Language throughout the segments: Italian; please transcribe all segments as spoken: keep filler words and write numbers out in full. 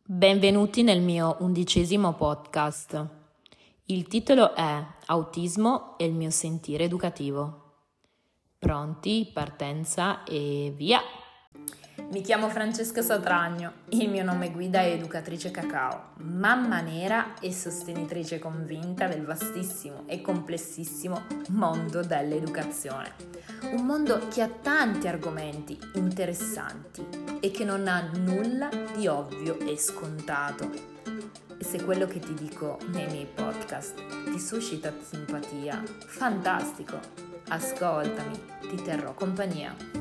Benvenuti nel mio undicesimo podcast. Il titolo è Autismo e il mio sentire educativo. Pronti? Partenza e via! Mi chiamo Francesca Satragno, il mio nome guida è Educatrice Cacao, mamma nera e sostenitrice convinta del vastissimo e complessissimo mondo dell'educazione. Un mondo che ha tanti argomenti interessanti e che non ha nulla di ovvio e scontato. E se quello che ti dico nei miei podcast ti suscita simpatia, fantastico! Ascoltami, ti terrò compagnia.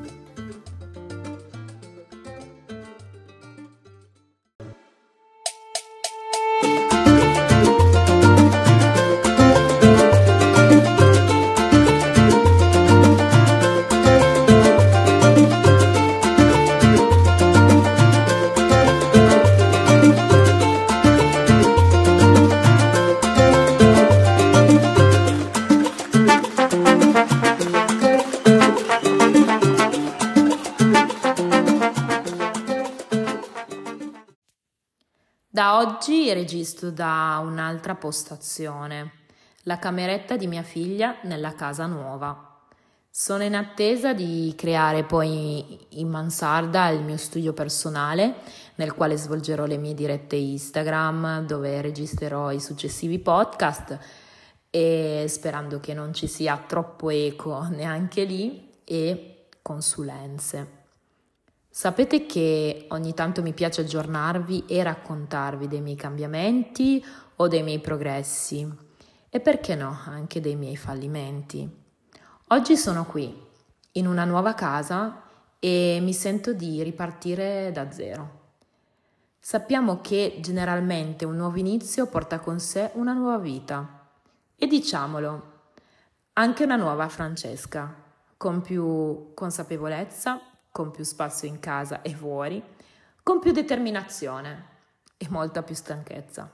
Da oggi registro da un'altra postazione, la cameretta di mia figlia nella casa nuova. Sono in attesa di creare poi in mansarda il mio studio personale, nel quale svolgerò le mie dirette Instagram, dove registrerò i successivi podcast e sperando che non ci sia troppo eco neanche lì e consulenze. Sapete che ogni tanto mi piace aggiornarvi e raccontarvi dei miei cambiamenti o dei miei progressi e perché no, anche dei miei fallimenti. Oggi sono qui, in una nuova casa e mi sento di ripartire da zero. Sappiamo che generalmente un nuovo inizio porta con sé una nuova vita e diciamolo, anche una nuova Francesca, con più consapevolezza, con più spazio in casa e fuori, con più determinazione e molta più stanchezza.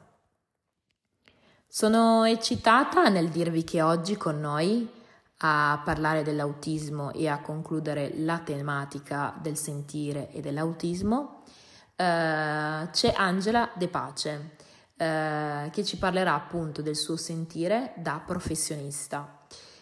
Sono eccitata nel dirvi che oggi con noi a parlare dell'autismo e a concludere la tematica del sentire e dell'autismo eh, c'è Angela De Pace eh, che ci parlerà appunto del suo sentire da professionista.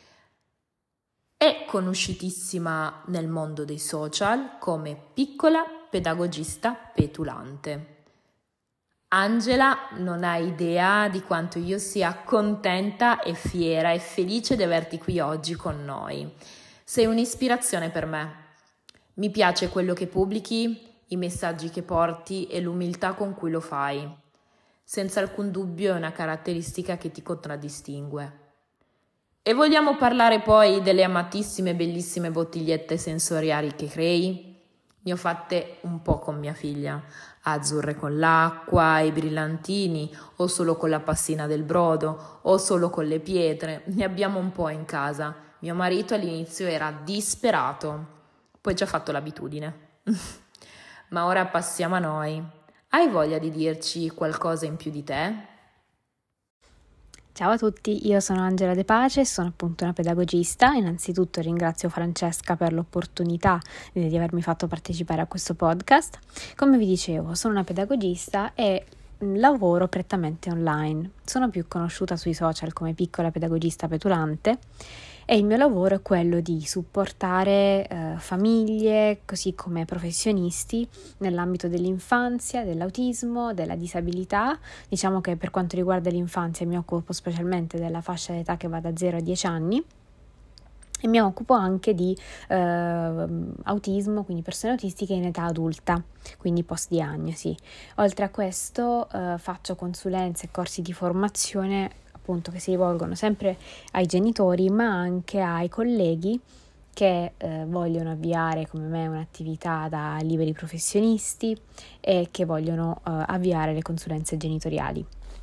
È conosciutissima nel mondo dei social come piccola pedagogista petulante. Angela non ha idea di quanto io sia contenta e fiera e felice di averti qui oggi con noi. Sei un'ispirazione per me. Mi piace quello che pubblichi, i messaggi che porti e l'umiltà con cui lo fai. Senza alcun dubbio è una caratteristica che ti contraddistingue. E vogliamo parlare poi delle amatissime e bellissime bottigliette sensoriali che crei? Ne ho fatte un po' con mia figlia, azzurre con l'acqua, i brillantini, o solo con la passina del brodo, o solo con le pietre. Ne abbiamo un po' in casa. Mio marito all'inizio era disperato, poi ci ha fatto l'abitudine. Ma ora passiamo a noi. Hai voglia di dirci qualcosa in più di te? Ciao a tutti, io sono Angela De Pace, sono appunto una pedagogista. Innanzitutto ringrazio Francesca per l'opportunità di avermi fatto partecipare a questo podcast. Come vi dicevo, sono una pedagogista e lavoro prettamente online. Sono più conosciuta sui social come piccola pedagogista petulante e il mio lavoro è quello di supportare eh, famiglie, così come professionisti nell'ambito dell'infanzia, dell'autismo, della disabilità. Diciamo che per quanto riguarda l'infanzia mi occupo specialmente della fascia d'età che va da zero a dieci anni e mi occupo anche di eh, autismo, quindi persone autistiche in età adulta, quindi post diagnosi. Oltre a questo eh, faccio consulenze e corsi di formazione appunto che si rivolgono sempre ai genitori ma anche ai colleghi che eh, vogliono avviare come me un'attività da liberi professionisti e che vogliono eh, avviare le consulenze genitoriali.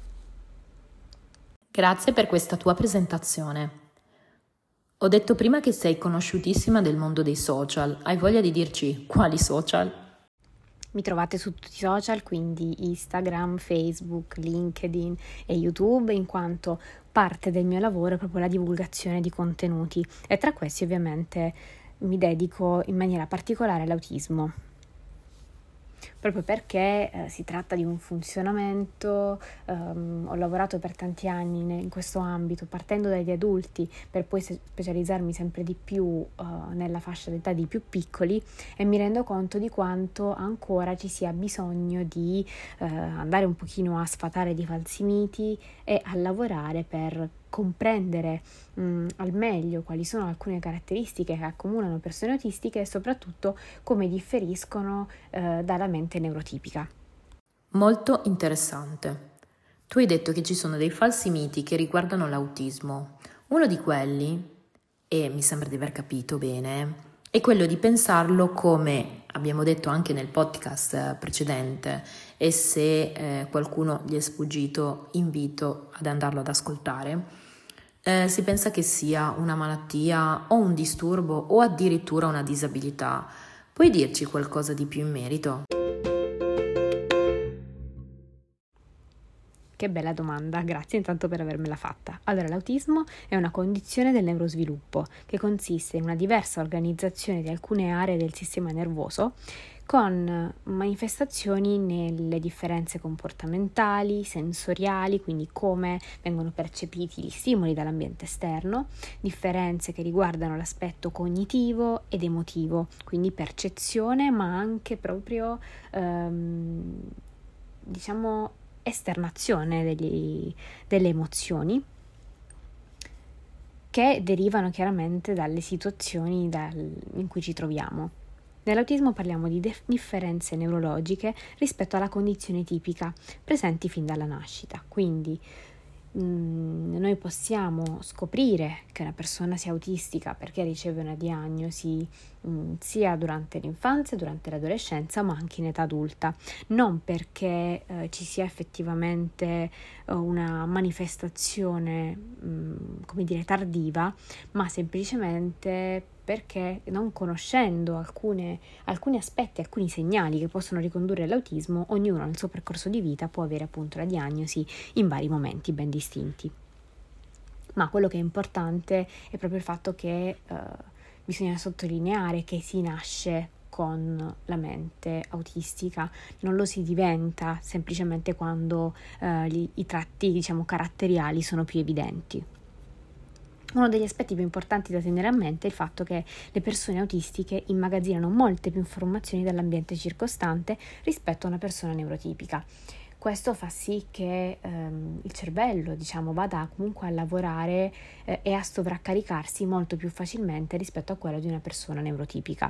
Grazie per questa tua presentazione. Ho detto prima che sei conosciutissima del mondo dei social. Hai voglia di dirci quali social? Mi trovate su tutti i social, quindi Instagram, Facebook, LinkedIn e YouTube, in quanto parte del mio lavoro è proprio la divulgazione di contenuti e tra questi ovviamente mi dedico in maniera particolare all'autismo. proprio perché eh, si tratta di un funzionamento. Um, ho lavorato per tanti anni in, in questo ambito, partendo dagli adulti per poi se- specializzarmi sempre di più uh, nella fascia d'età di più piccoli, e mi rendo conto di quanto ancora ci sia bisogno di uh, andare un pochino a sfatare di falsi miti e a lavorare per comprendere mh, al meglio quali sono alcune caratteristiche che accomunano persone autistiche e soprattutto come differiscono eh, dalla mente neurotipica. Molto interessante. Tu hai detto che ci sono dei falsi miti che riguardano l'autismo. Uno di quelli, e mi sembra di aver capito bene, è quello di pensarlo come, abbiamo detto anche nel podcast precedente, e se eh, qualcuno gli è sfuggito invito ad andarlo ad ascoltare. Eh, si pensa che sia una malattia o un disturbo o addirittura una disabilità. Puoi dirci qualcosa di più in merito? Che bella domanda, grazie intanto per avermela fatta. Allora, l'autismo è una condizione del neurosviluppo che consiste in una diversa organizzazione di alcune aree del sistema nervoso con manifestazioni nelle differenze comportamentali, sensoriali, quindi come vengono percepiti gli stimoli dall'ambiente esterno, differenze che riguardano l'aspetto cognitivo ed emotivo, quindi percezione, ma anche proprio ehm, diciamo esternazione degli, delle emozioni che derivano chiaramente dalle situazioni dal, in cui ci troviamo. Nell'autismo parliamo di differenze neurologiche rispetto alla condizione tipica presenti fin dalla nascita, quindi mh, noi possiamo scoprire che una persona sia autistica perché riceve una diagnosi mh, sia durante l'infanzia, durante l'adolescenza, ma anche in età adulta, non perché eh, ci sia effettivamente eh, una manifestazione mh, come dire tardiva, ma semplicemente perché non conoscendo alcune, alcuni aspetti, alcuni segnali che possono ricondurre all'autismo, ognuno nel suo percorso di vita può avere appunto la diagnosi in vari momenti ben distinti. Ma quello che è importante è proprio il fatto che eh, bisogna sottolineare che si nasce con la mente autistica, non lo si diventa semplicemente quando eh, gli, i tratti, diciamo, caratteriali sono più evidenti. Uno degli aspetti più importanti da tenere a mente è il fatto che le persone autistiche immagazzinano molte più informazioni dall'ambiente circostante rispetto a una persona neurotipica. Questo fa sì che ehm, il cervello, diciamo, vada comunque a lavorare eh, e a sovraccaricarsi molto più facilmente rispetto a quello di una persona neurotipica.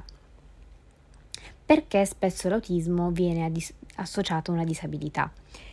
Perché spesso l'autismo viene addis- associato a una disabilità.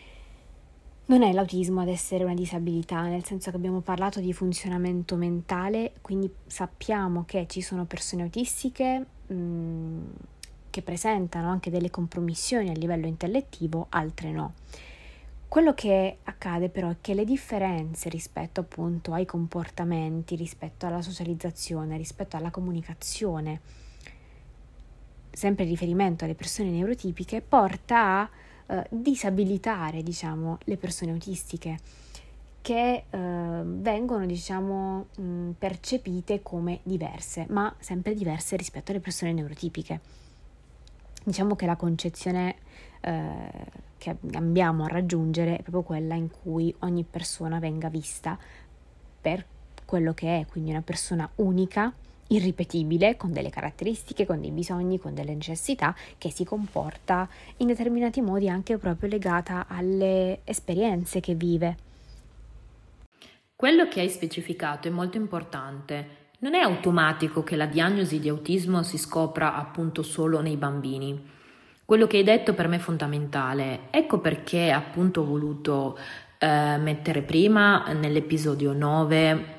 Non è l'autismo ad essere una disabilità, nel senso che abbiamo parlato di funzionamento mentale, quindi sappiamo che ci sono persone autistiche mh, che presentano anche delle compromissioni a livello intellettivo, altre no. Quello che accade però è che le differenze rispetto appunto ai comportamenti, rispetto alla socializzazione, rispetto alla comunicazione, sempre in riferimento alle persone neurotipiche, porta a Uh, disabilitare, diciamo, le persone autistiche che uh, vengono, diciamo, mh, percepite come diverse, ma sempre diverse rispetto alle persone neurotipiche. Diciamo che la concezione uh, che andiamo a raggiungere è proprio quella in cui ogni persona venga vista per quello che è, quindi una persona unica, irripetibile, con delle caratteristiche, con dei bisogni, con delle necessità, che si comporta in determinati modi anche proprio legata alle esperienze che vive. Quello che hai specificato è molto importante. Non è automatico che la diagnosi di autismo si scopra appunto solo nei bambini. Quello che hai detto per me è fondamentale. Ecco perché appunto ho voluto eh, mettere prima nell'episodio nove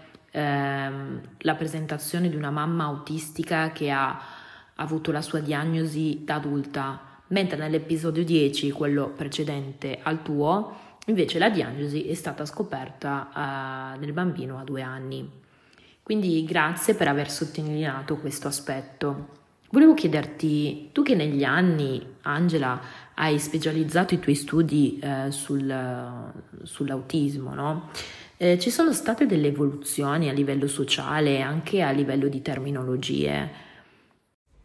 la presentazione di una mamma autistica che ha avuto la sua diagnosi da adulta, mentre nell'episodio dieci, quello precedente al tuo, invece la diagnosi è stata scoperta uh, nel bambino a due anni. Quindi grazie per aver sottolineato questo aspetto. Volevo chiederti, tu che negli anni, Angela, hai specializzato i tuoi studi eh, sul, sull'autismo, no? Eh, ci sono state delle evoluzioni a livello sociale e anche a livello di terminologie?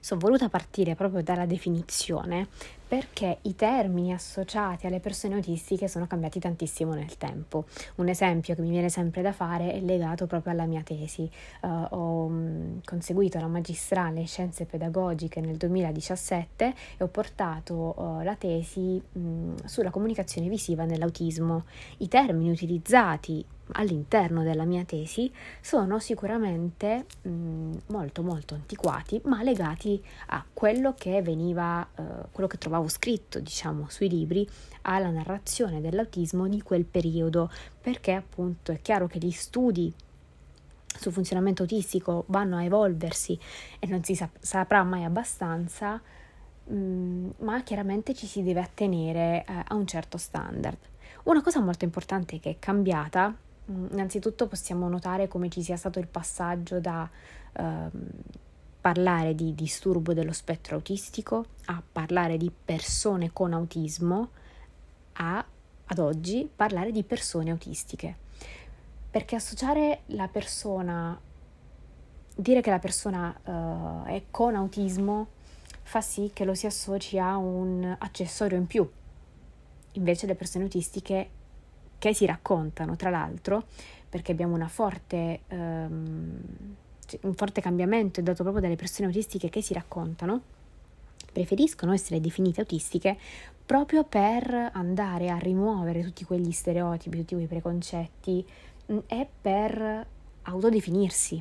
Sono voluta partire proprio dalla definizione perché i termini associati alle persone autistiche sono cambiati tantissimo nel tempo. Un esempio che mi viene sempre da fare è legato proprio alla mia tesi. Uh, ho mh, conseguito la magistrale in scienze pedagogiche nel duemiladiciassette e ho portato uh, la tesi mh, sulla comunicazione visiva nell'autismo. I termini utilizzati all'interno della mia tesi sono sicuramente mh, molto molto antiquati, ma legati a quello che veniva, eh, quello che trovavo scritto, diciamo, sui libri, alla narrazione dell'autismo di quel periodo, perché appunto è chiaro che gli studi sul funzionamento autistico vanno a evolversi e non si sap- saprà mai abbastanza, mh, ma chiaramente ci si deve attenere eh, a un certo standard. Una cosa molto importante che è cambiata, innanzitutto possiamo notare come ci sia stato il passaggio da ehm, parlare di disturbo dello spettro autistico a parlare di persone con autismo a, ad oggi, parlare di persone autistiche. Perché associare la persona, dire che la persona uh, è con autismo fa sì che lo si associ a un accessorio in più. Invece le persone autistiche che si raccontano, tra l'altro, perché abbiamo una forte, um, un forte cambiamento è dato proprio dalle persone autistiche che si raccontano, preferiscono essere definite autistiche proprio per andare a rimuovere tutti quegli stereotipi, tutti quei preconcetti mh, e per autodefinirsi,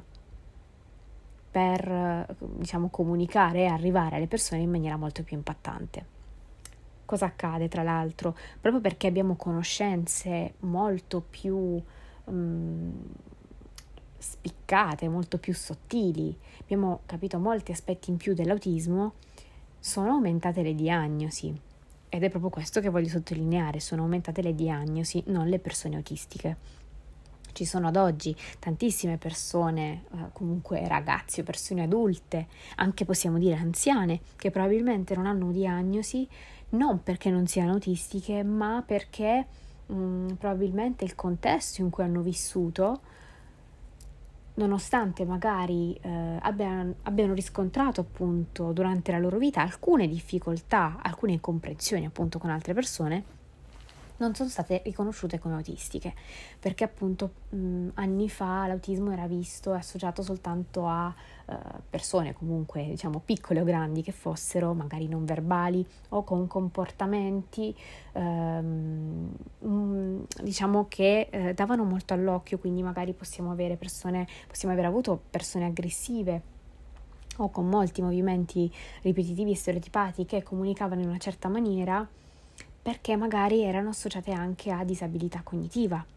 per, diciamo, comunicare e arrivare alle persone in maniera molto più impattante. Cosa accade, tra l'altro? Proprio perché abbiamo conoscenze molto più um, spiccate, molto più sottili, abbiamo capito molti aspetti in più dell'autismo, sono aumentate le diagnosi. Ed è proprio questo che voglio sottolineare, sono aumentate le diagnosi, non le persone autistiche. Ci sono ad oggi tantissime persone, eh, comunque ragazzi o persone adulte, anche possiamo dire anziane, che probabilmente non hanno diagnosi non perché non siano autistiche, ma perché mh, probabilmente il contesto in cui hanno vissuto, nonostante magari eh, abbiano, abbiano riscontrato appunto durante la loro vita alcune difficoltà, alcune incomprensioni appunto con altre persone, non sono state riconosciute come autistiche, perché appunto mh, anni fa l'autismo era visto e associato soltanto a uh, persone comunque diciamo piccole o grandi che fossero magari non verbali o con comportamenti um, mh, diciamo che uh, davano molto all'occhio, quindi magari possiamo avere persone, possiamo aver avuto persone aggressive o con molti movimenti ripetitivi e stereotipati che comunicavano in una certa maniera, perché magari erano associate anche a disabilità cognitiva.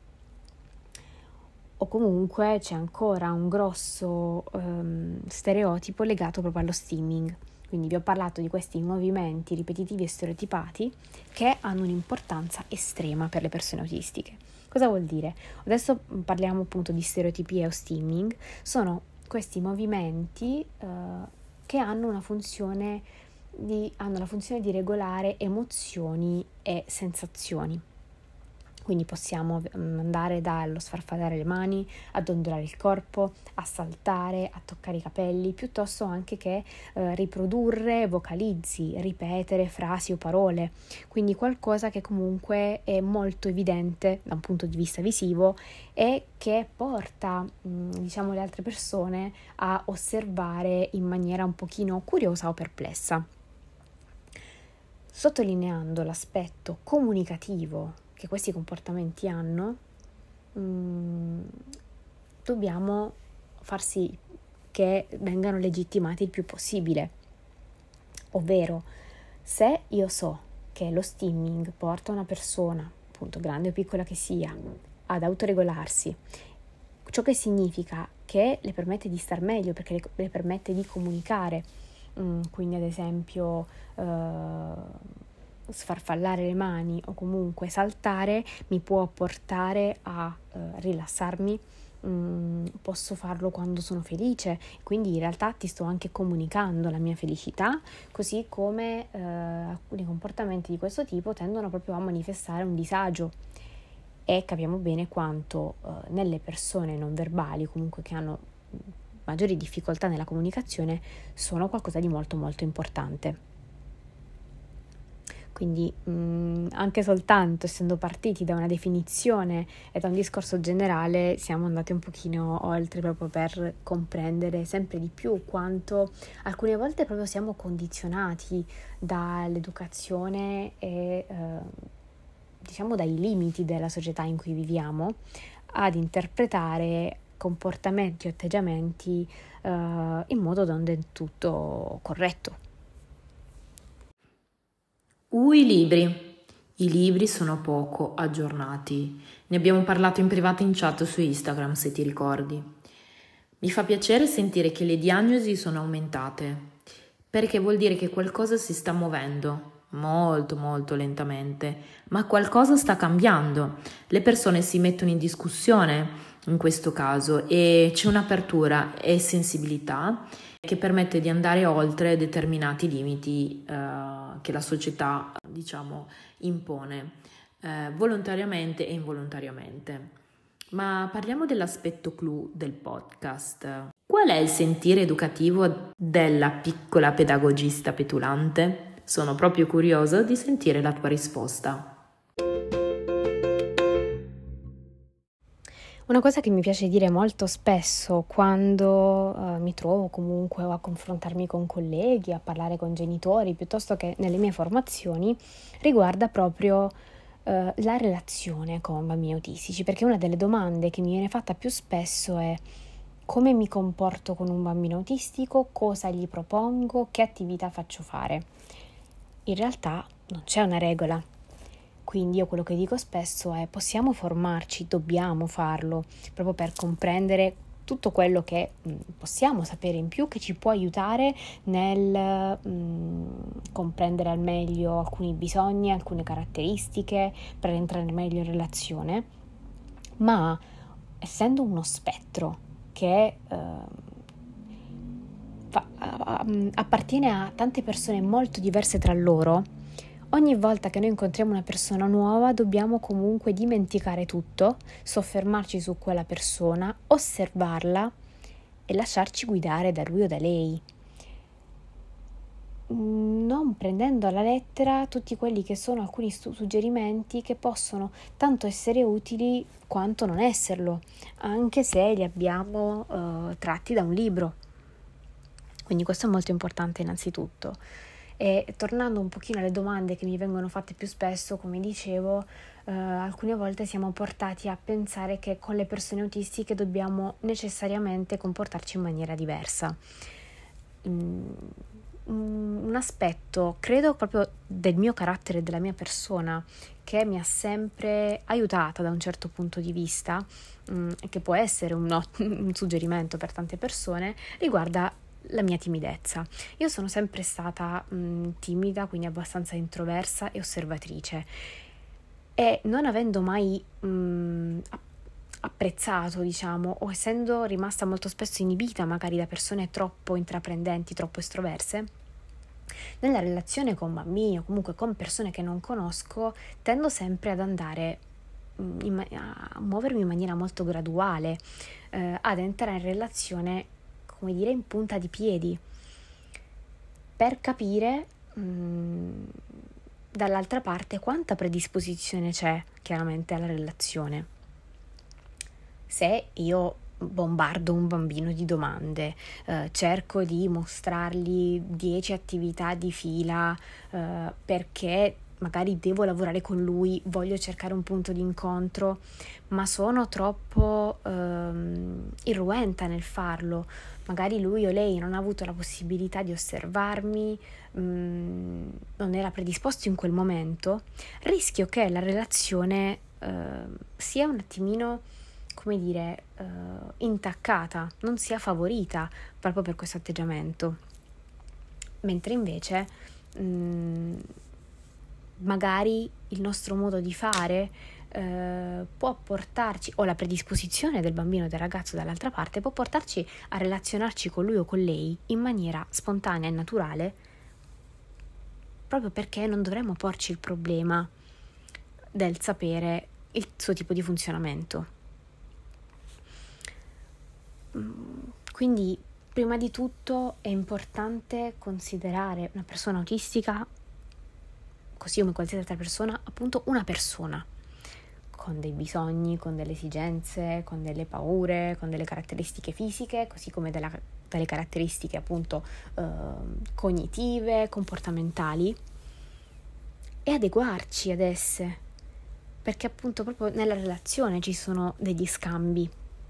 O comunque c'è ancora un grosso um, stereotipo legato proprio allo stimming. Quindi vi ho parlato di questi movimenti ripetitivi e stereotipati che hanno un'importanza estrema per le persone autistiche. Cosa vuol dire? Adesso parliamo appunto di stereotipie o stimming. Sono questi movimenti uh, che hanno una funzione Di, hanno la funzione di regolare emozioni e sensazioni. Quindi possiamo andare dallo sfarfallare le mani, a dondolare il corpo, a saltare, a toccare i capelli, piuttosto anche che eh, riprodurre vocalizzi, ripetere frasi o parole. Quindi qualcosa che comunque è molto evidente da un punto di vista visivo e che porta, mh, diciamo, le altre persone a osservare in maniera un pochino curiosa o perplessa. Sottolineando l'aspetto comunicativo che questi comportamenti hanno, mh, dobbiamo far sì che vengano legittimati il più possibile. Ovvero, se io so che lo stimming porta una persona, appunto grande o piccola che sia, ad autoregolarsi, ciò che significa che le permette di star meglio, perché le, le permette di comunicare. Quindi ad esempio uh, sfarfallare le mani o comunque saltare mi può portare a uh, rilassarmi, um, posso farlo quando sono felice, quindi in realtà ti sto anche comunicando la mia felicità, così come uh, alcuni comportamenti di questo tipo tendono proprio a manifestare un disagio. E capiamo bene quanto uh, nelle persone non verbali, comunque che hanno maggiori difficoltà nella comunicazione sono qualcosa di molto molto importante. Quindi mh, anche soltanto essendo partiti da una definizione e da un discorso generale siamo andati un pochino oltre, proprio per comprendere sempre di più quanto alcune volte proprio siamo condizionati dall'educazione e eh, diciamo dai limiti della società in cui viviamo ad interpretare comportamenti o atteggiamenti eh, in modo non del tutto corretto. Uh, i libri. I libri sono poco aggiornati. Ne abbiamo parlato in privato in chat su Instagram, se ti ricordi. Mi fa piacere sentire che le diagnosi sono aumentate, perché vuol dire che qualcosa si sta muovendo, molto molto lentamente, ma qualcosa sta cambiando. Le persone si mettono in discussione in questo caso e c'è un'apertura e sensibilità che permette di andare oltre determinati limiti eh, che la società, diciamo, impone eh, volontariamente e involontariamente. Ma parliamo dell'aspetto clou del podcast. Qual è il sentire educativo della piccola pedagogista petulante? Sono proprio curioso di sentire la tua risposta. Una cosa che mi piace dire molto spesso quando uh, mi trovo comunque a confrontarmi con colleghi, a parlare con genitori, piuttosto che nelle mie formazioni, riguarda proprio uh, la relazione con bambini autistici, perché una delle domande che mi viene fatta più spesso è: come mi comporto con un bambino autistico, cosa gli propongo, che attività faccio fare. In realtà non c'è una regola. Quindi io quello che dico spesso è: possiamo formarci, dobbiamo farlo, proprio per comprendere tutto quello che mh, possiamo sapere in più, che ci può aiutare nel mh, comprendere al meglio alcuni bisogni, alcune caratteristiche, per entrare meglio in relazione. Ma essendo uno spettro che eh, fa, a, a, appartiene a tante persone molto diverse tra loro, ogni volta che noi incontriamo una persona nuova dobbiamo comunque dimenticare tutto, soffermarci su quella persona, osservarla e lasciarci guidare da lui o da lei, non prendendo alla lettera tutti quelli che sono alcuni stu- suggerimenti che possono tanto essere utili quanto non esserlo, anche se li abbiamo uh, tratti da un libro. Quindi questo è molto importante innanzitutto. E tornando un pochino alle domande che mi vengono fatte più spesso, come dicevo, eh, alcune volte siamo portati a pensare che con le persone autistiche dobbiamo necessariamente comportarci in maniera diversa. Mm, un aspetto, credo, proprio del mio carattere e della mia persona, che mi ha sempre aiutata da un certo punto di vista, mm, e che può essere un, no, un suggerimento per tante persone, riguarda la mia timidezza. Io sono sempre stata mh, timida, quindi abbastanza introversa e osservatrice, e non avendo mai mh, apprezzato, diciamo, o essendo rimasta molto spesso inibita magari da persone troppo intraprendenti, troppo estroverse, nella relazione con bambini o comunque con persone che non conosco tendo sempre ad andare mh, in ma- a muovermi in maniera molto graduale, eh, ad entrare in relazione, come dire, in punta di piedi, per capire mh, dall'altra parte quanta predisposizione c'è chiaramente alla relazione. Se io bombardo un bambino di domande, eh, cerco di mostrargli dieci attività di fila eh, perché magari devo lavorare con lui, voglio cercare un punto di incontro, ma sono troppo ehm, irruenta nel farlo, magari lui o lei non ha avuto la possibilità di osservarmi, mh, non era predisposto in quel momento, rischio che la relazione eh, sia un attimino, come dire, eh, intaccata, non sia favorita proprio per questo atteggiamento. Mentre invece mh, magari il nostro modo di fare eh, può portarci, o la predisposizione del bambino o del ragazzo dall'altra parte, può portarci a relazionarci con lui o con lei in maniera spontanea e naturale, proprio perché non dovremmo porci il problema del sapere il suo tipo di funzionamento. Quindi, prima di tutto è importante considerare una persona autistica, così come qualsiasi altra persona, appunto una persona, con dei bisogni, con delle esigenze, con delle paure, con delle caratteristiche fisiche, così come della, delle caratteristiche appunto eh, cognitive, comportamentali, e adeguarci ad esse, perché appunto proprio nella relazione ci sono degli scambi.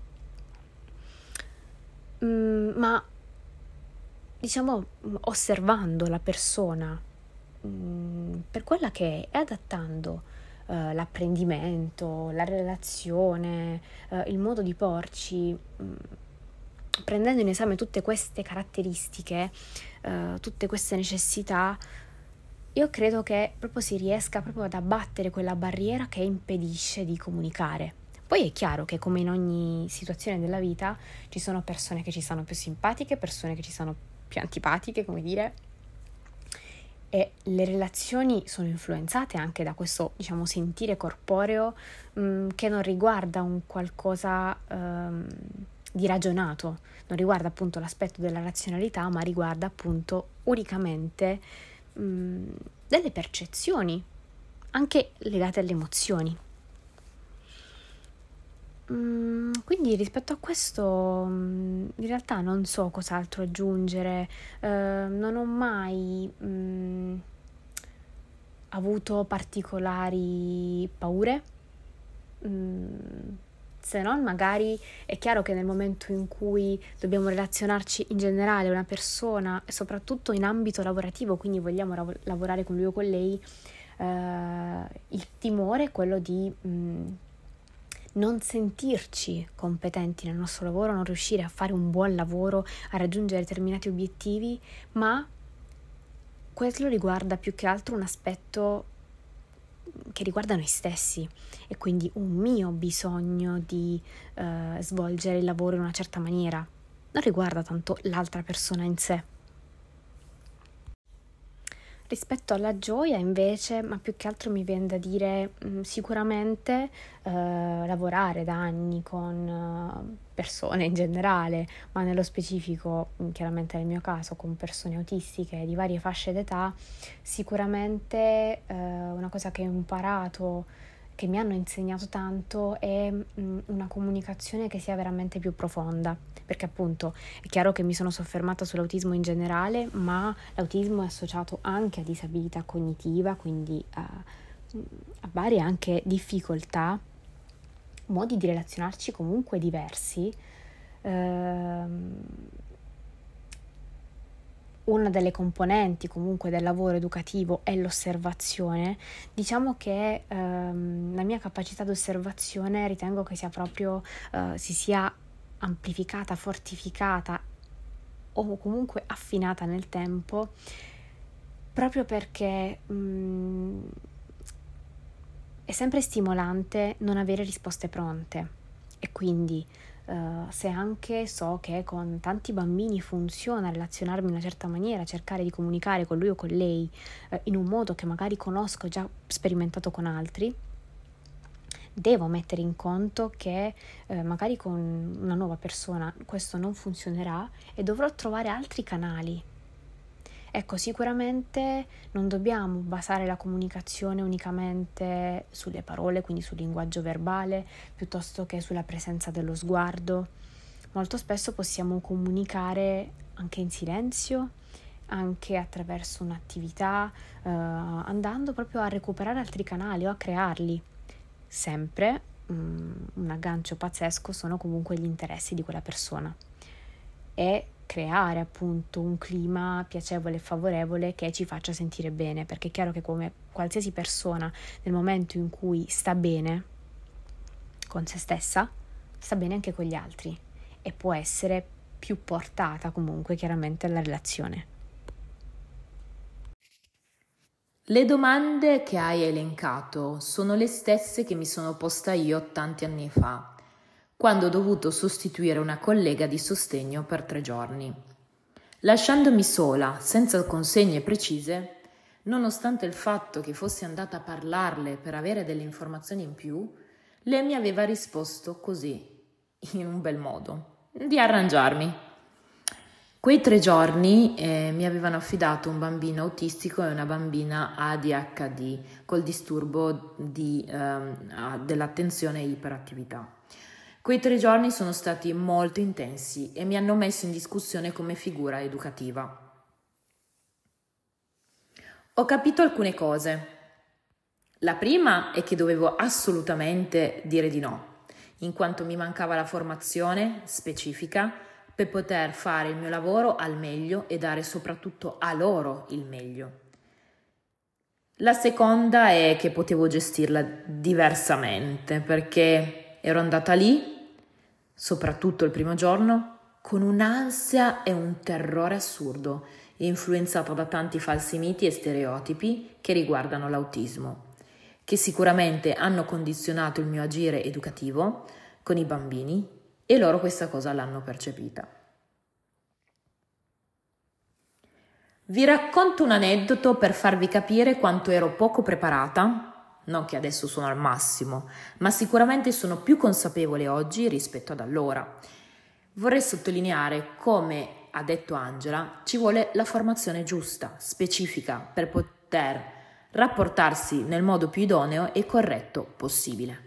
Mm, ma diciamo osservando la persona mm, per quella che è, adattando Uh, l'apprendimento, la relazione, uh, il modo di porci, um, prendendo in esame tutte queste caratteristiche, uh, tutte queste necessità, io credo che proprio si riesca proprio ad abbattere quella barriera che impedisce di comunicare. Poi è chiaro che, come in ogni situazione della vita, ci sono persone che ci stanno più simpatiche, persone che ci stanno più antipatiche, come dire, e le relazioni sono influenzate anche da questo, diciamo, sentire corporeo mh, che non riguarda un qualcosa um, di ragionato, non riguarda appunto l'aspetto della razionalità, ma riguarda appunto unicamente mh, delle percezioni, anche legate alle emozioni. Mm, quindi rispetto a questo mm, in realtà non so cos'altro aggiungere. Eh, non ho mai mm, avuto particolari paure, mm, se non magari è chiaro che nel momento in cui dobbiamo relazionarci in generale a una persona, e soprattutto in ambito lavorativo, quindi vogliamo lav- lavorare con lui o con lei, eh, il timore è quello di mm, non sentirci competenti nel nostro lavoro, non riuscire a fare un buon lavoro, a raggiungere determinati obiettivi, ma quello riguarda più che altro un aspetto che riguarda noi stessi e quindi un mio bisogno di eh, svolgere il lavoro in una certa maniera, non riguarda tanto l'altra persona in sé. Rispetto alla gioia invece, ma più che altro mi viene da dire mh, sicuramente eh, lavorare da anni con uh, persone in generale, ma nello specifico, mh, chiaramente nel mio caso, con persone autistiche di varie fasce d'età, sicuramente eh, una cosa che ho imparato, che mi hanno insegnato tanto, è mh, una comunicazione che sia veramente più profonda, perché appunto è chiaro che mi sono soffermata sull'autismo in generale, ma l'autismo è associato anche a disabilità cognitiva, quindi a, a varie anche difficoltà, modi di relazionarci comunque diversi. Ehm, una delle componenti comunque del lavoro educativo è l'osservazione. Diciamo che ehm, la mia capacità di osservazione ritengo che sia proprio eh, si sia amplificata, fortificata o comunque affinata nel tempo, proprio perché mh, è sempre stimolante non avere risposte pronte, e quindi Uh, se anche so che con tanti bambini funziona relazionarmi in una certa maniera, cercare di comunicare con lui o con lei uh, in un modo che magari conosco, già sperimentato con altri, devo mettere in conto che uh, magari con una nuova persona questo non funzionerà e dovrò trovare altri canali. Ecco, sicuramente non dobbiamo basare la comunicazione unicamente sulle parole, quindi sul linguaggio verbale, piuttosto che sulla presenza dello sguardo. Molto spesso possiamo comunicare anche in silenzio, anche attraverso un'attività, eh, andando proprio a recuperare altri canali o a crearli. Sempre um, un aggancio pazzesco sono comunque gli interessi di quella persona. E creare appunto un clima piacevole e favorevole che ci faccia sentire bene, perché è chiaro che come qualsiasi persona nel momento in cui sta bene con se stessa, sta bene anche con gli altri e può essere più portata comunque chiaramente alla relazione. Le domande che hai elencato sono le stesse che mi sono posta io tanti anni fa, quando ho dovuto sostituire una collega di sostegno per tre giorni. Lasciandomi sola, senza consegne precise, nonostante il fatto che fossi andata a parlarle per avere delle informazioni in più, lei mi aveva risposto così, in un bel modo, di arrangiarmi. Quei tre giorni eh, mi avevano affidato un bambino autistico e una bambina A D H D col disturbo di, ehm, dell'attenzione e iperattività. Quei tre giorni sono stati molto intensi e mi hanno messo in discussione come figura educativa. Ho capito alcune cose. La prima è che dovevo assolutamente dire di no, in quanto mi mancava la formazione specifica per poter fare il mio lavoro al meglio e dare soprattutto a loro il meglio. La seconda è che potevo gestirla diversamente, perché ero andata lì, soprattutto il primo giorno, con un'ansia e un terrore assurdo, influenzata da tanti falsi miti e stereotipi che riguardano l'autismo, che sicuramente hanno condizionato il mio agire educativo con i bambini e loro questa cosa l'hanno percepita. Vi racconto un aneddoto per farvi capire quanto ero poco preparata, non che adesso sono al massimo, ma sicuramente sono più consapevole oggi rispetto ad allora. Vorrei sottolineare come, ha detto Angela, ci vuole la formazione giusta, specifica, per poter rapportarsi nel modo più idoneo e corretto possibile.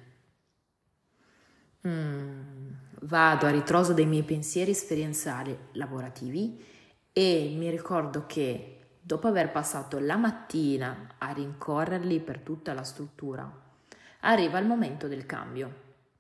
Mm. Vado a ritroso dei miei pensieri esperienziali lavorativi e mi ricordo che dopo aver passato la mattina a rincorrerli per tutta la struttura, arriva il momento del cambio.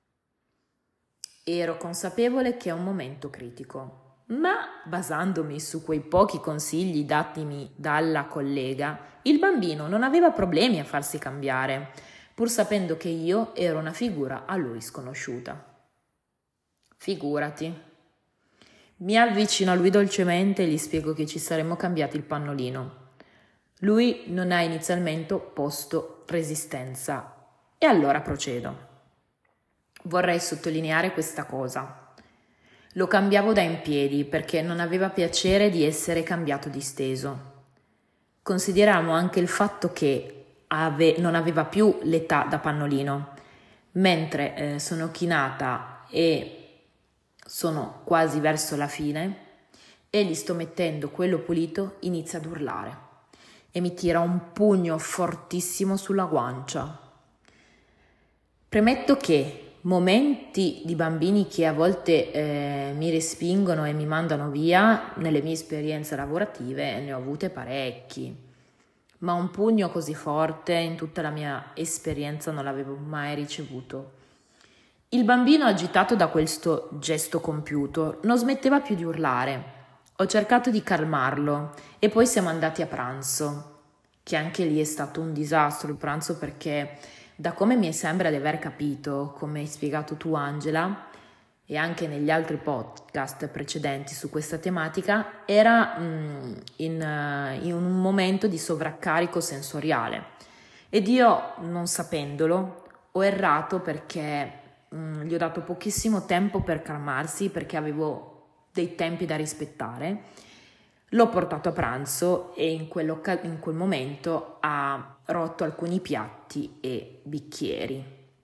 Ero consapevole che è un momento critico, ma basandomi su quei pochi consigli datimi dalla collega, il bambino non aveva problemi a farsi cambiare, pur sapendo che io ero una figura a lui sconosciuta. Figurati. Mi avvicino a lui dolcemente e gli spiego che ci saremmo cambiati il pannolino. Lui non ha inizialmente posto resistenza e allora procedo. Vorrei sottolineare questa cosa. Lo cambiavo da in piedi perché non aveva piacere di essere cambiato disteso. Consideriamo anche il fatto che ave- non aveva più l'età da pannolino, mentre eh, sono chinata e sono quasi verso la fine e gli sto mettendo quello pulito, inizia ad urlare e mi tira un pugno fortissimo sulla guancia. Premetto che momenti di bambini che a volte eh, mi respingono e mi mandano via, nelle mie esperienze lavorative ne ho avute parecchi, ma un pugno così forte in tutta la mia esperienza non l'avevo mai ricevuto. Il bambino, agitato da questo gesto compiuto, non smetteva più di urlare. Ho cercato di calmarlo e poi siamo andati a pranzo, che anche lì è stato un disastro il pranzo perché, da come mi sembra di aver capito, come hai spiegato tu Angela, e anche negli altri podcast precedenti su questa tematica, era mm, in, uh, in un momento di sovraccarico sensoriale. Ed io, non sapendolo, ho errato perché Mm, gli ho dato pochissimo tempo per calmarsi perché avevo dei tempi da rispettare. L'ho portato a pranzo e in, in quel momento ha rotto alcuni piatti e bicchieri.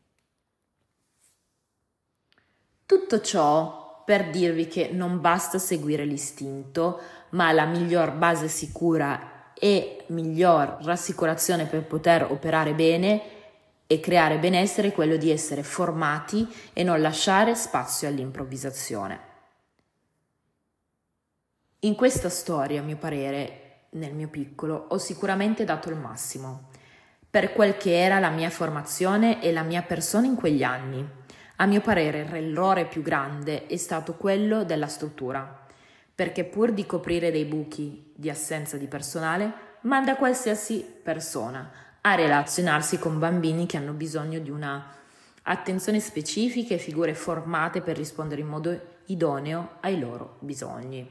Tutto ciò per dirvi che non basta seguire l'istinto, ma la miglior base sicura e miglior rassicurazione per poter operare bene e creare benessere è quello di essere formati e non lasciare spazio all'improvvisazione. In questa storia, a mio parere, nel mio piccolo, ho sicuramente dato il massimo, per quel che era la mia formazione e la mia persona in quegli anni. A mio parere l'errore più grande è stato quello della struttura, perché pur di coprire dei buchi di assenza di personale, manda qualsiasi persona a relazionarsi con bambini che hanno bisogno di una attenzione specifica e figure formate per rispondere in modo idoneo ai loro bisogni.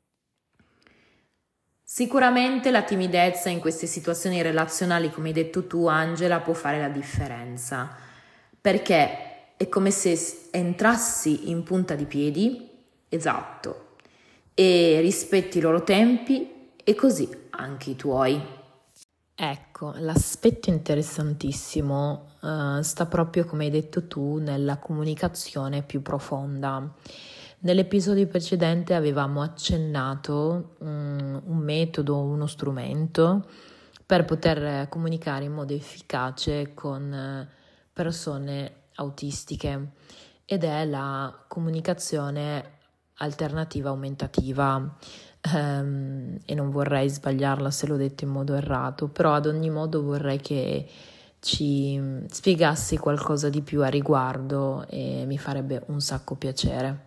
Sicuramente la timidezza in queste situazioni relazionali, come hai detto tu Angela, può fare la differenza, perché è come se entrassi in punta di piedi, esatto, e rispetti i loro tempi e così anche i tuoi. Ecco, l'aspetto interessantissimo uh, sta proprio, come hai detto tu, nella comunicazione più profonda. Nell'episodio precedente avevamo accennato um, un metodo, uno strumento per poter comunicare in modo efficace con persone autistiche, ed è la comunicazione alternativa aumentativa. Um, e non vorrei sbagliarla se l'ho detto in modo errato, però ad ogni modo vorrei che ci spiegassi qualcosa di più a riguardo e mi farebbe un sacco piacere.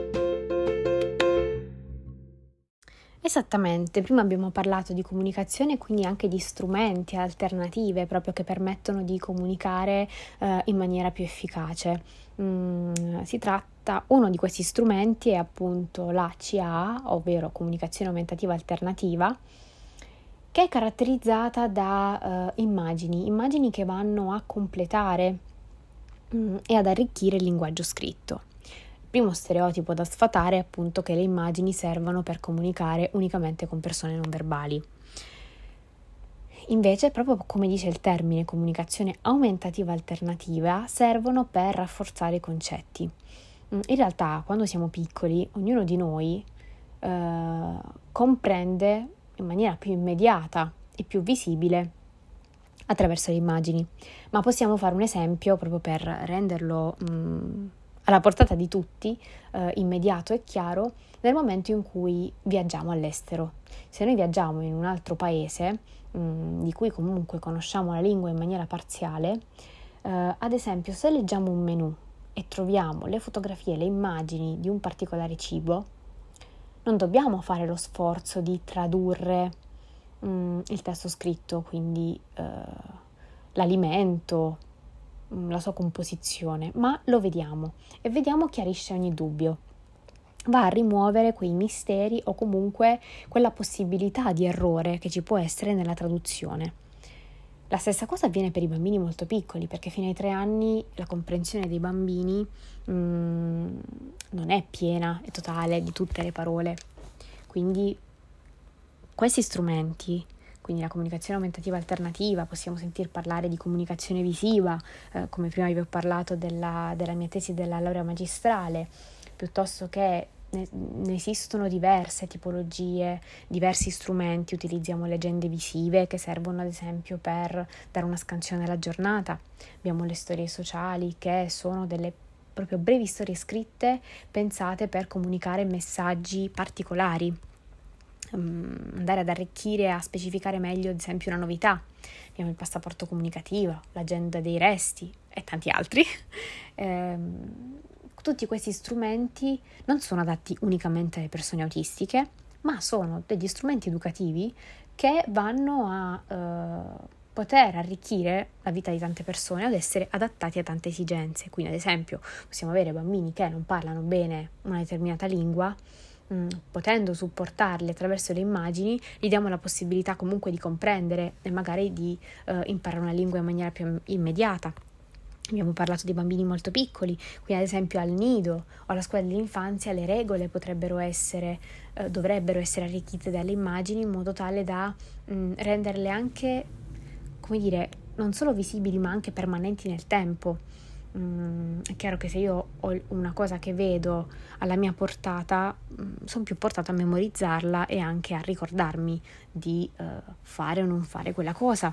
Esattamente, prima abbiamo parlato di comunicazione e quindi anche di strumenti alternative proprio che permettono di comunicare eh, in maniera più efficace. Mm, si tratta, uno di questi strumenti è appunto l'A C A, ovvero comunicazione aumentativa alternativa, che è caratterizzata da uh, immagini, immagini che vanno a completare mm, e ad arricchire il linguaggio scritto. Il primo stereotipo da sfatare è appunto che le immagini servono per comunicare unicamente con persone non verbali. Invece, proprio come dice il termine comunicazione aumentativa alternativa, servono per rafforzare i concetti. In realtà, quando siamo piccoli, ognuno di noi eh, comprende in maniera più immediata e più visibile attraverso le immagini, ma possiamo fare un esempio proprio per renderlo mh, alla portata di tutti, eh, immediato e chiaro, nel momento in cui viaggiamo all'estero. Se noi viaggiamo in un altro paese, mh, di cui comunque conosciamo la lingua in maniera parziale, eh, ad esempio se leggiamo un menù e troviamo le fotografie, le immagini di un particolare cibo, non dobbiamo fare lo sforzo di tradurre mh, il testo scritto, quindi eh, l'alimento, mh, la sua composizione, ma lo vediamo e vediamo chiarisce ogni dubbio. Va a rimuovere quei misteri o comunque quella possibilità di errore che ci può essere nella traduzione. La stessa cosa avviene per i bambini molto piccoli, perché fino ai tre anni la comprensione dei bambini mh, non è piena e totale di tutte le parole. Quindi questi strumenti, quindi la comunicazione aumentativa alternativa, possiamo sentir parlare di comunicazione visiva, eh, come prima vi ho parlato della, della mia tesi della laurea magistrale, piuttosto che ne, ne esistono diverse tipologie, diversi strumenti. Utilizziamo leggende visive che servono ad esempio per dare una scansione alla giornata, abbiamo le storie sociali che sono delle proprio brevi storie scritte pensate per comunicare messaggi particolari, um, andare ad arricchire, a specificare meglio ad esempio una novità. Abbiamo il passaporto comunicativo, l'agenda dei resti e tanti altri. ehm, Tutti questi strumenti non sono adatti unicamente alle persone autistiche, ma sono degli strumenti educativi che vanno a eh, poter arricchire la vita di tante persone, ad essere adattati a tante esigenze. Quindi ad esempio possiamo avere bambini che non parlano bene una determinata lingua, mh, potendo supportarli attraverso le immagini, gli diamo la possibilità comunque di comprendere e magari di eh, imparare una lingua in maniera più immediata. Abbiamo parlato di bambini molto piccoli, quindi ad esempio al nido o alla scuola dell'infanzia le regole potrebbero essere, eh, dovrebbero essere arricchite dalle immagini in modo tale da mh, renderle anche, come dire, non solo visibili ma anche permanenti nel tempo. Mm, è chiaro che se io ho una cosa che vedo alla mia portata, mm, sono più portata a memorizzarla e anche a ricordarmi di eh, fare o non fare quella cosa.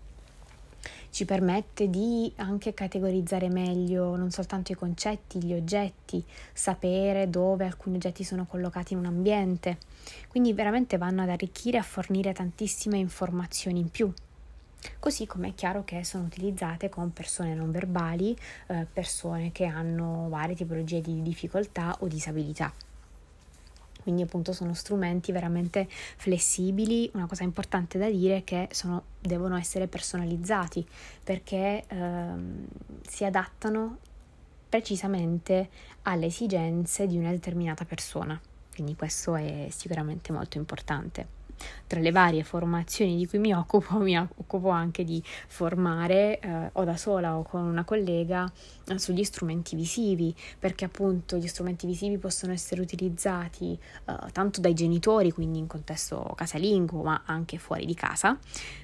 Ci permette di anche categorizzare meglio non soltanto i concetti, gli oggetti, sapere dove alcuni oggetti sono collocati in un ambiente. Quindi veramente vanno ad arricchire e a fornire tantissime informazioni in più. Così come è chiaro che sono utilizzate con persone non verbali, eh, persone che hanno varie tipologie di difficoltà o disabilità. Quindi appunto sono strumenti veramente flessibili. Una cosa importante da dire è che sono, devono essere personalizzati, perché ehm, si adattano precisamente alle esigenze di una determinata persona. Quindi questo è sicuramente molto importante. Tra le varie formazioni di cui mi occupo, mi occupo anche di formare eh, o da sola o con una collega eh, sugli strumenti visivi, perché appunto gli strumenti visivi possono essere utilizzati eh, tanto dai genitori, quindi in contesto casalingo, ma anche fuori di casa,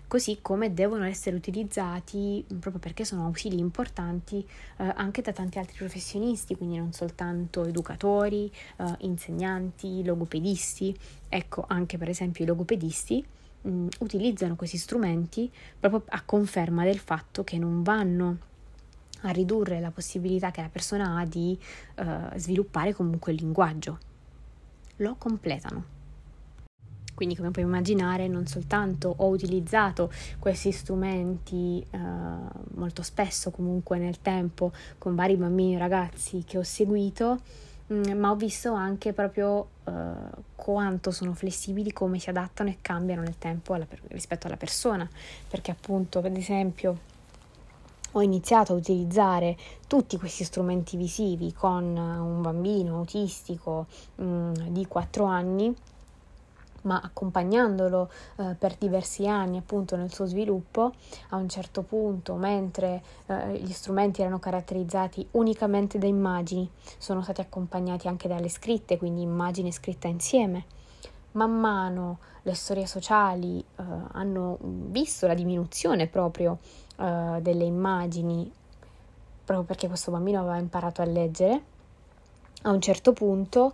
così come devono essere utilizzati proprio perché sono ausili importanti eh, anche da tanti altri professionisti, quindi non soltanto educatori, eh, insegnanti, logopedisti. Ecco, anche per esempio i logopedisti mh, utilizzano questi strumenti proprio a conferma del fatto che non vanno a ridurre la possibilità che la persona ha di eh, sviluppare comunque il linguaggio, lo completano. Quindi, come puoi immaginare, non soltanto ho utilizzato questi strumenti eh, molto spesso comunque nel tempo con vari bambini e ragazzi che ho seguito, mh, ma ho visto anche proprio eh, quanto sono flessibili, come si adattano e cambiano nel tempo alla, rispetto alla persona, perché appunto, ad esempio, ho iniziato a utilizzare tutti questi strumenti visivi con un bambino autistico mh, di quattro anni, ma accompagnandolo eh, per diversi anni appunto nel suo sviluppo. A un certo punto, mentre eh, gli strumenti erano caratterizzati unicamente da immagini, sono stati accompagnati anche dalle scritte, quindi immagine e scritta insieme. Man mano le storie sociali eh, hanno visto la diminuzione proprio eh, delle immagini, proprio perché questo bambino aveva imparato a leggere. A un certo punto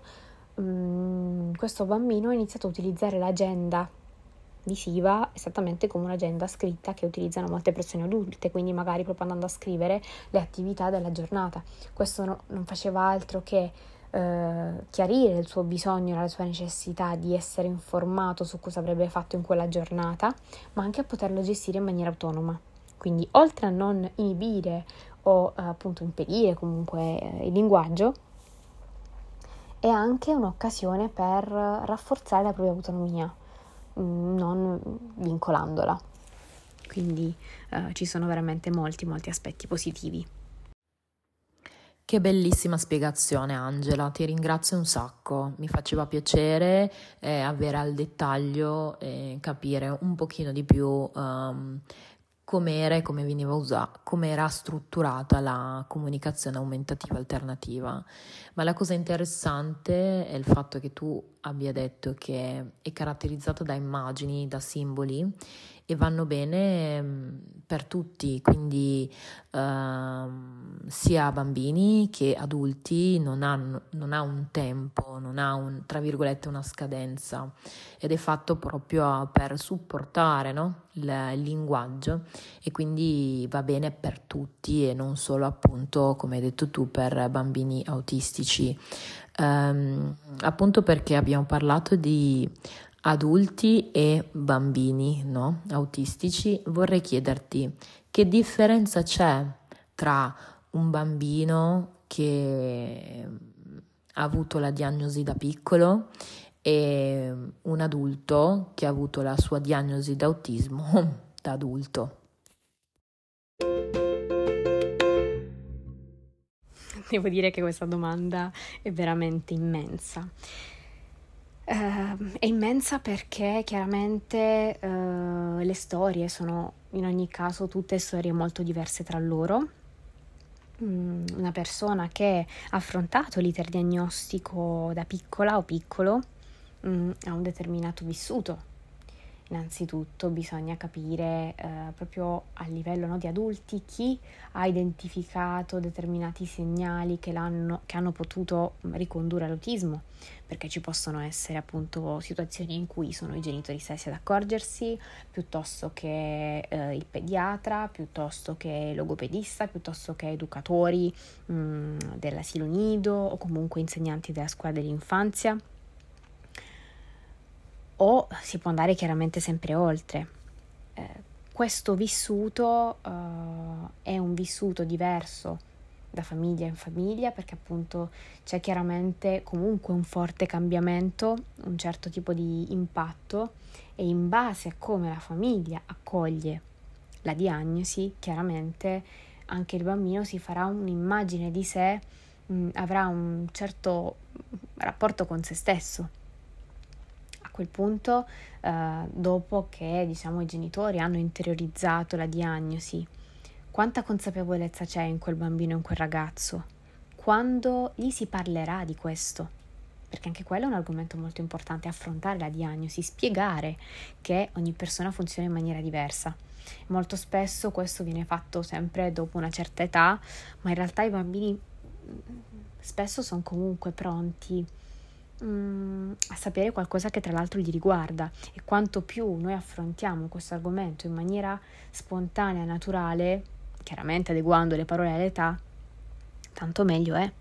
um, questo bambino ha iniziato a utilizzare l'agenda visiva esattamente come un'agenda scritta che utilizzano molte persone adulte, quindi magari proprio andando a scrivere le attività della giornata. Questo no, non faceva altro che eh, chiarire il suo bisogno, la sua necessità di essere informato su cosa avrebbe fatto in quella giornata, ma anche a poterlo gestire in maniera autonoma. Quindi, oltre a non inibire o eh, appunto impedire comunque eh, il linguaggio, è anche un'occasione per rafforzare la propria autonomia, non vincolandola. Quindi eh, ci sono veramente molti molti aspetti positivi. Che bellissima spiegazione, Angela, ti ringrazio un sacco, mi faceva piacere eh, avere al dettaglio e capire un pochino di più um, com'era e come veniva usata, com'era strutturata la comunicazione aumentativa alternativa. Ma la cosa interessante è il fatto che tu abbia detto che è caratterizzata da immagini, da simboli e vanno bene per tutti, quindi uh, sia bambini che adulti, non hanno, non ha un tempo, non ha un, tra virgolette una scadenza, ed è fatto proprio per supportare, no? il, il linguaggio, e quindi va bene per tutti e non solo appunto, come hai detto tu, per bambini autistici, um, appunto perché abbiamo parlato di adulti e bambini, no? Autistici. Vorrei chiederti che differenza c'è tra un bambino che ha avuto la diagnosi da piccolo e un adulto che ha avuto la sua diagnosi d'autismo da adulto. Devo dire che questa domanda è veramente immensa. Uh, è immensa perché chiaramente uh, le storie sono in ogni caso tutte storie molto diverse tra loro. Mm, una persona che ha affrontato l'iter diagnostico da piccola o piccolo mm, ha un determinato vissuto. Innanzitutto bisogna capire eh, proprio a livello, no, di adulti chi ha identificato determinati segnali che, l'hanno, che hanno potuto ricondurre all'autismo, perché ci possono essere appunto situazioni in cui sono i genitori stessi ad accorgersi, piuttosto che eh, il pediatra, piuttosto che il logopedista, piuttosto che educatori mh, dell'asilo nido o comunque insegnanti della scuola dell'infanzia. O si può andare chiaramente sempre oltre. Eh, questo vissuto eh, è un vissuto diverso da famiglia in famiglia, perché appunto c'è chiaramente comunque un forte cambiamento, un certo tipo di impatto, e in base a come la famiglia accoglie la diagnosi, chiaramente anche il bambino si farà un'immagine di sé, mh, avrà un certo rapporto con se stesso. A quel punto, eh, dopo che diciamo i genitori hanno interiorizzato la diagnosi, quanta consapevolezza c'è in quel bambino, in quel ragazzo? Quando gli si parlerà di questo? perché anche quello è un argomento molto importante, affrontare la diagnosi, spiegare che ogni persona funziona in maniera diversa. Molto spesso questo viene fatto sempre dopo una certa età, ma in realtà i bambini spesso sono comunque pronti mm, a sapere qualcosa che tra l'altro li riguarda, e quanto più noi affrontiamo questo argomento in maniera spontanea, naturale, chiaramente adeguando le parole all'età, tanto meglio è.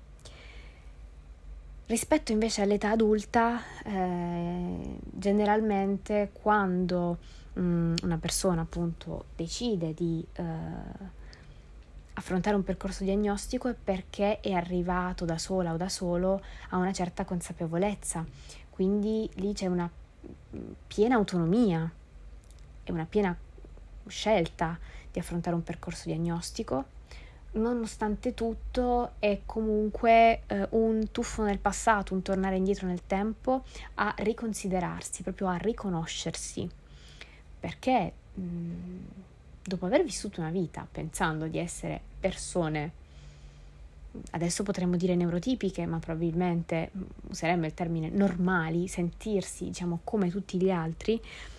Rispetto invece all'età adulta, eh, generalmente quando mh, una persona appunto decide di eh, affrontare un percorso diagnostico è perché è arrivato da sola o da solo a una certa consapevolezza, quindi lì c'è una piena autonomia e una piena scelta di affrontare un percorso diagnostico. Nonostante tutto è comunque eh, un tuffo nel passato, un tornare indietro nel tempo, a riconsiderarsi, proprio a riconoscersi, perché mh, dopo aver vissuto una vita pensando di essere persone, adesso potremmo dire neurotipiche, ma probabilmente useremmo il termine normali, sentirsi diciamo come tutti gli altri,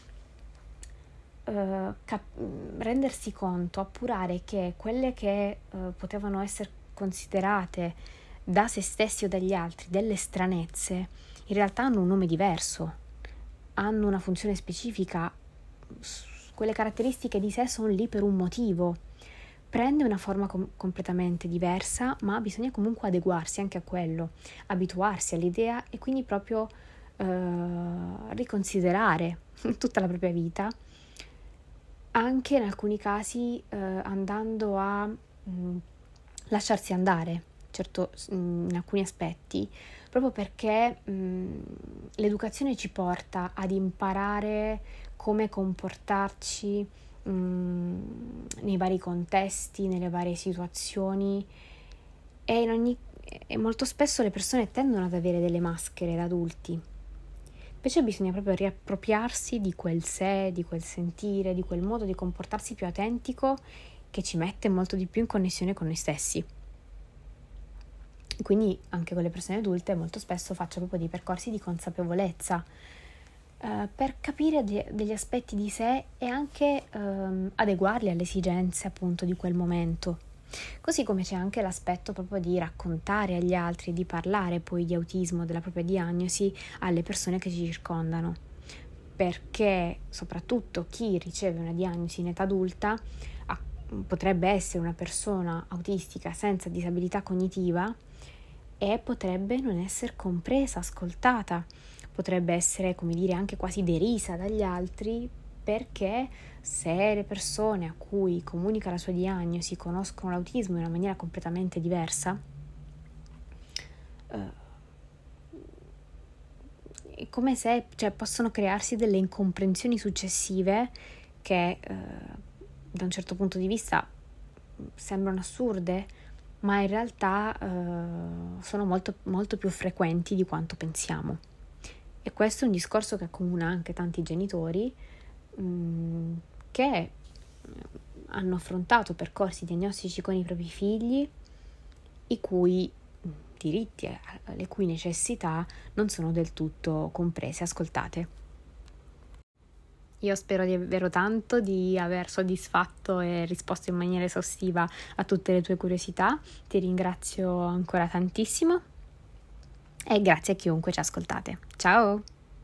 Uh, cap- rendersi conto, appurare che quelle che uh, potevano essere considerate da se stessi o dagli altri delle stranezze, in realtà hanno un nome diverso, hanno una funzione specifica, quelle caratteristiche di sé sono lì per un motivo, prende una forma com- completamente diversa, ma bisogna comunque adeguarsi anche a quello, abituarsi all'idea e quindi proprio uh, riconsiderare tutta la propria vita, anche in alcuni casi eh, andando a mh, lasciarsi andare, certo mh, in alcuni aspetti, proprio perché mh, l'educazione ci porta ad imparare come comportarci mh, nei vari contesti, nelle varie situazioni, e, in ogni, e molto spesso le persone tendono ad avere delle maschere da adulti. Invece bisogna proprio riappropriarsi di quel sé, di quel sentire, di quel modo di comportarsi più autentico che ci mette molto di più in connessione con noi stessi. Quindi anche con le persone adulte molto spesso faccio proprio dei percorsi di consapevolezza eh, per capire de- degli aspetti di sé e anche ehm, adeguarli alle esigenze appunto di quel momento. Così come c'è anche l'aspetto proprio di raccontare agli altri, di parlare poi di autismo, della propria diagnosi, alle persone che ci circondano, perché soprattutto chi riceve una diagnosi in età adulta ah, potrebbe essere una persona autistica senza disabilità cognitiva e potrebbe non essere compresa, ascoltata, potrebbe essere, come dire, anche quasi derisa dagli altri, perché se le persone a cui comunica la sua diagnosi conoscono l'autismo in una maniera completamente diversa, eh, è come se cioè, possono crearsi delle incomprensioni successive che eh, da un certo punto di vista sembrano assurde, ma in realtà eh, sono molto, molto più frequenti di quanto pensiamo. E questo è un discorso che accomuna anche tanti genitori mh, che hanno affrontato percorsi diagnostici con i propri figli, i cui diritti e le cui necessità non sono del tutto comprese, ascoltate. Io spero davvero tanto di aver soddisfatto e risposto in maniera esaustiva a tutte le tue curiosità. Ti ringrazio ancora tantissimo e grazie a chiunque ci ascoltate. Ciao!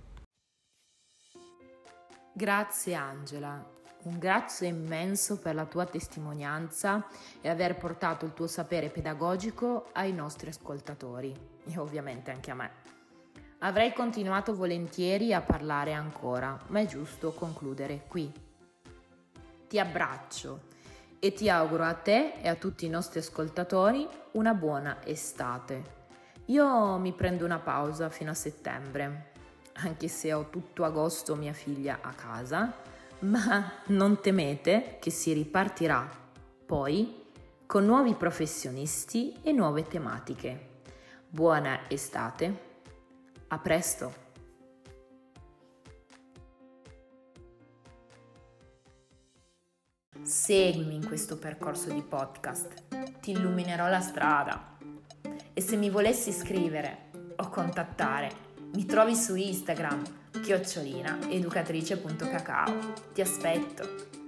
Grazie Angela, un grazie immenso per la tua testimonianza e aver portato il tuo sapere pedagogico ai nostri ascoltatori e ovviamente anche a me. Avrei continuato volentieri a parlare ancora, ma è giusto concludere qui. Ti abbraccio e ti auguro a te e a tutti i nostri ascoltatori una buona estate. Io mi prendo una pausa fino a settembre, anche se ho tutto agosto mia figlia a casa, ma non temete che si ripartirà poi con nuovi professionisti e nuove tematiche. Buona estate, a presto! Seguimi in questo percorso di podcast, ti illuminerò la strada. E se mi volessi scrivere o contattare. Mi trovi su Instagram, chiocciolina educatrice punto cacao. Ti aspetto!